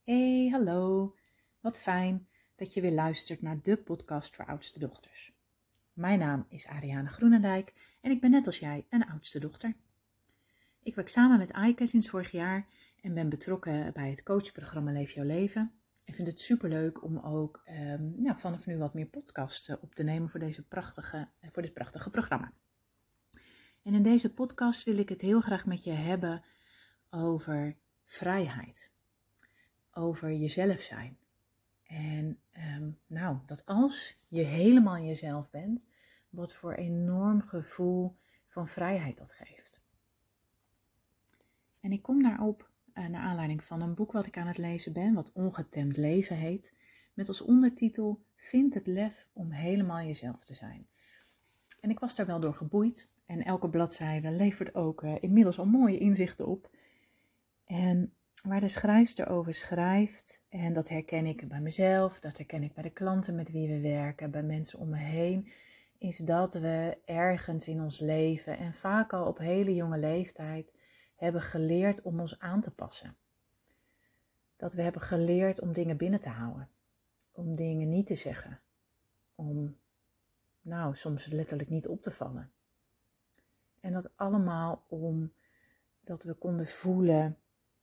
Hey, hallo. Wat fijn dat je weer luistert naar de podcast voor oudste dochters. Mijn naam is Ariane Groenendijk en ik ben net als jij een oudste dochter. Ik werk samen met Aike sinds vorig jaar en ben betrokken bij het coachprogramma Leef Jouw Leven. Ik vind het superleuk om ook vanaf nu wat meer podcasts op te nemen voor dit prachtige programma. En in deze podcast wil ik het heel graag met je hebben over vrijheid. Over jezelf zijn. En dat als je helemaal jezelf bent, wat voor enorm gevoel van vrijheid dat geeft. En ik kom daarop naar aanleiding van een boek wat ik aan het lezen ben, wat Ongetemd Leven heet, met als ondertitel Vind het lef om helemaal jezelf te zijn. En ik was daar wel door geboeid en elke bladzijde levert ook inmiddels al mooie inzichten op. En waar de schrijfster over schrijft, en dat herken ik bij mezelf, dat herken ik bij de klanten met wie we werken, bij mensen om me heen, is dat we ergens in ons leven en vaak al op hele jonge leeftijd hebben geleerd om ons aan te passen. Dat we hebben geleerd om dingen binnen te houden, om dingen niet te zeggen, om soms letterlijk niet op te vallen. En dat allemaal omdat we konden voelen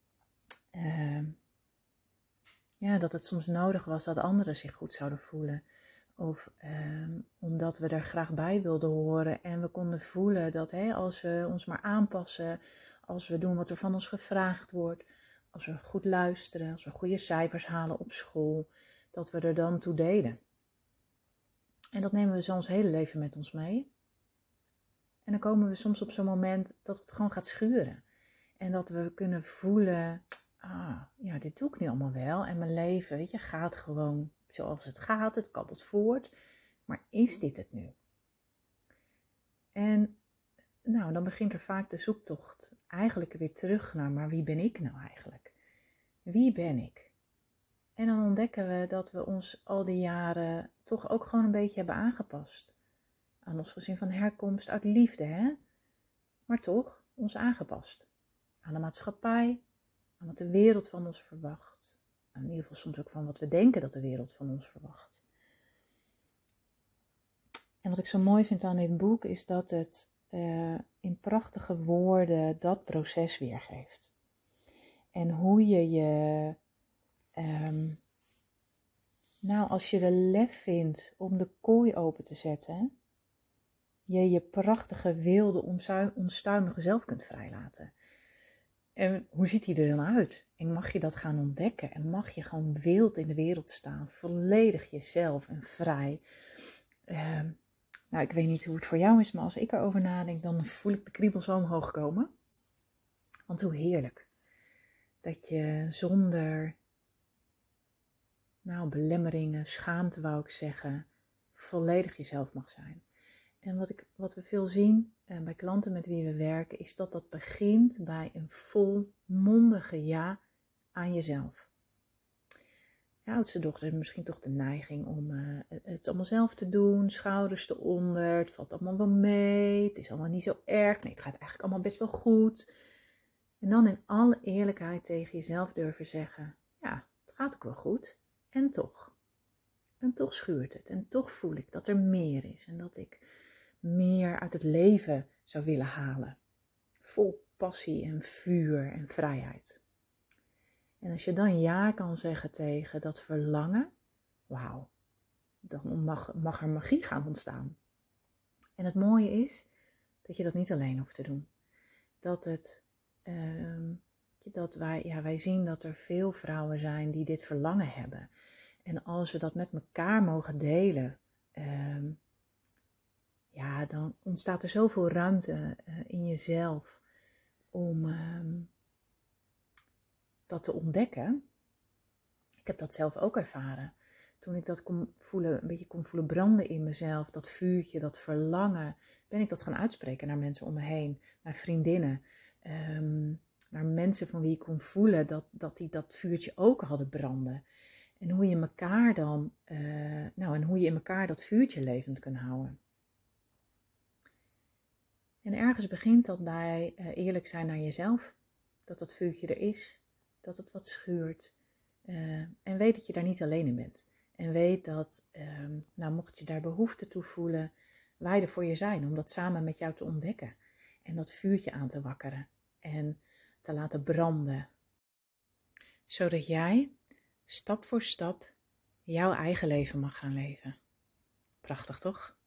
dat het soms nodig was dat anderen zich goed zouden voelen. Of omdat we er graag bij wilden horen en we konden voelen dat als we ons maar aanpassen, als we doen wat er van ons gevraagd wordt, als we goed luisteren, als we goede cijfers halen op school, dat we er dan toe deden. En dat nemen we zo ons hele leven met ons mee. En dan komen we soms op zo'n moment dat het gewoon gaat schuren. En dat we kunnen voelen, dit doe ik nu allemaal wel. En mijn leven, gaat gewoon zoals het gaat. Het kabbelt voort. Maar is dit het nu? En dan begint er vaak de zoektocht eigenlijk weer terug naar, maar wie ben ik nou eigenlijk? Wie ben ik? En dan ontdekken we dat we ons al die jaren toch ook gewoon een beetje hebben aangepast. Aan ons gezin van herkomst, uit liefde, hè? Maar toch ons aangepast. Aan de maatschappij, aan wat de wereld van ons verwacht. In ieder geval soms ook van wat we denken dat de wereld van ons verwacht. En wat ik zo mooi vind aan dit boek is dat het in prachtige woorden dat proces weergeeft. En hoe je als je de lef vindt om de kooi open te zetten, je prachtige, wilde, onstuimige zelf kunt vrijlaten. En hoe ziet die er dan uit? En mag je dat gaan ontdekken? En mag je gewoon wild in de wereld staan, volledig jezelf en vrij? Ik weet niet hoe het voor jou is, maar als ik erover nadenk, dan voel ik de kriebels zo omhoog komen. Want hoe heerlijk. Dat je zonder belemmeringen, schaamte wou ik zeggen, volledig jezelf mag zijn. En wat we veel zien bij klanten met wie we werken, is dat dat begint bij een volmondige ja aan jezelf. De oudste dochter heeft misschien toch de neiging om het allemaal zelf te doen, schouders eronder, het valt allemaal wel mee, het is allemaal niet zo erg, nee, het gaat eigenlijk allemaal best wel goed. En dan in alle eerlijkheid tegen jezelf durven zeggen, ja, het gaat ook wel goed, en toch. En toch schuurt het, en toch voel ik dat er meer is en dat ik meer uit het leven zou willen halen. Vol passie en vuur en vrijheid. En als je dan ja kan zeggen tegen dat verlangen, wauw, dan mag er magie gaan ontstaan. En het mooie is dat je dat niet alleen hoeft te doen. Wij zien dat er veel vrouwen zijn die dit verlangen hebben. En als we dat met elkaar mogen delen, dan ontstaat er zoveel ruimte in jezelf om dat te ontdekken. Ik heb dat zelf ook ervaren. Toen ik dat een beetje kon voelen branden in mezelf, dat vuurtje, dat verlangen, ben ik dat gaan uitspreken naar mensen om me heen, naar vriendinnen, naar mensen van wie ik kon voelen dat die dat vuurtje ook hadden branden. En hoe je elkaar dan, en hoe je in elkaar dat vuurtje levend kunt houden. En ergens begint dat bij eerlijk zijn naar jezelf. Dat vuurtje er is. Dat het wat schuurt. En weet dat je daar niet alleen in bent. En weet dat, mocht je daar behoefte toe voelen, wij er voor je zijn om dat samen met jou te ontdekken. En dat vuurtje aan te wakkeren en te laten branden. Zodat jij stap voor stap jouw eigen leven mag gaan leven. Prachtig toch?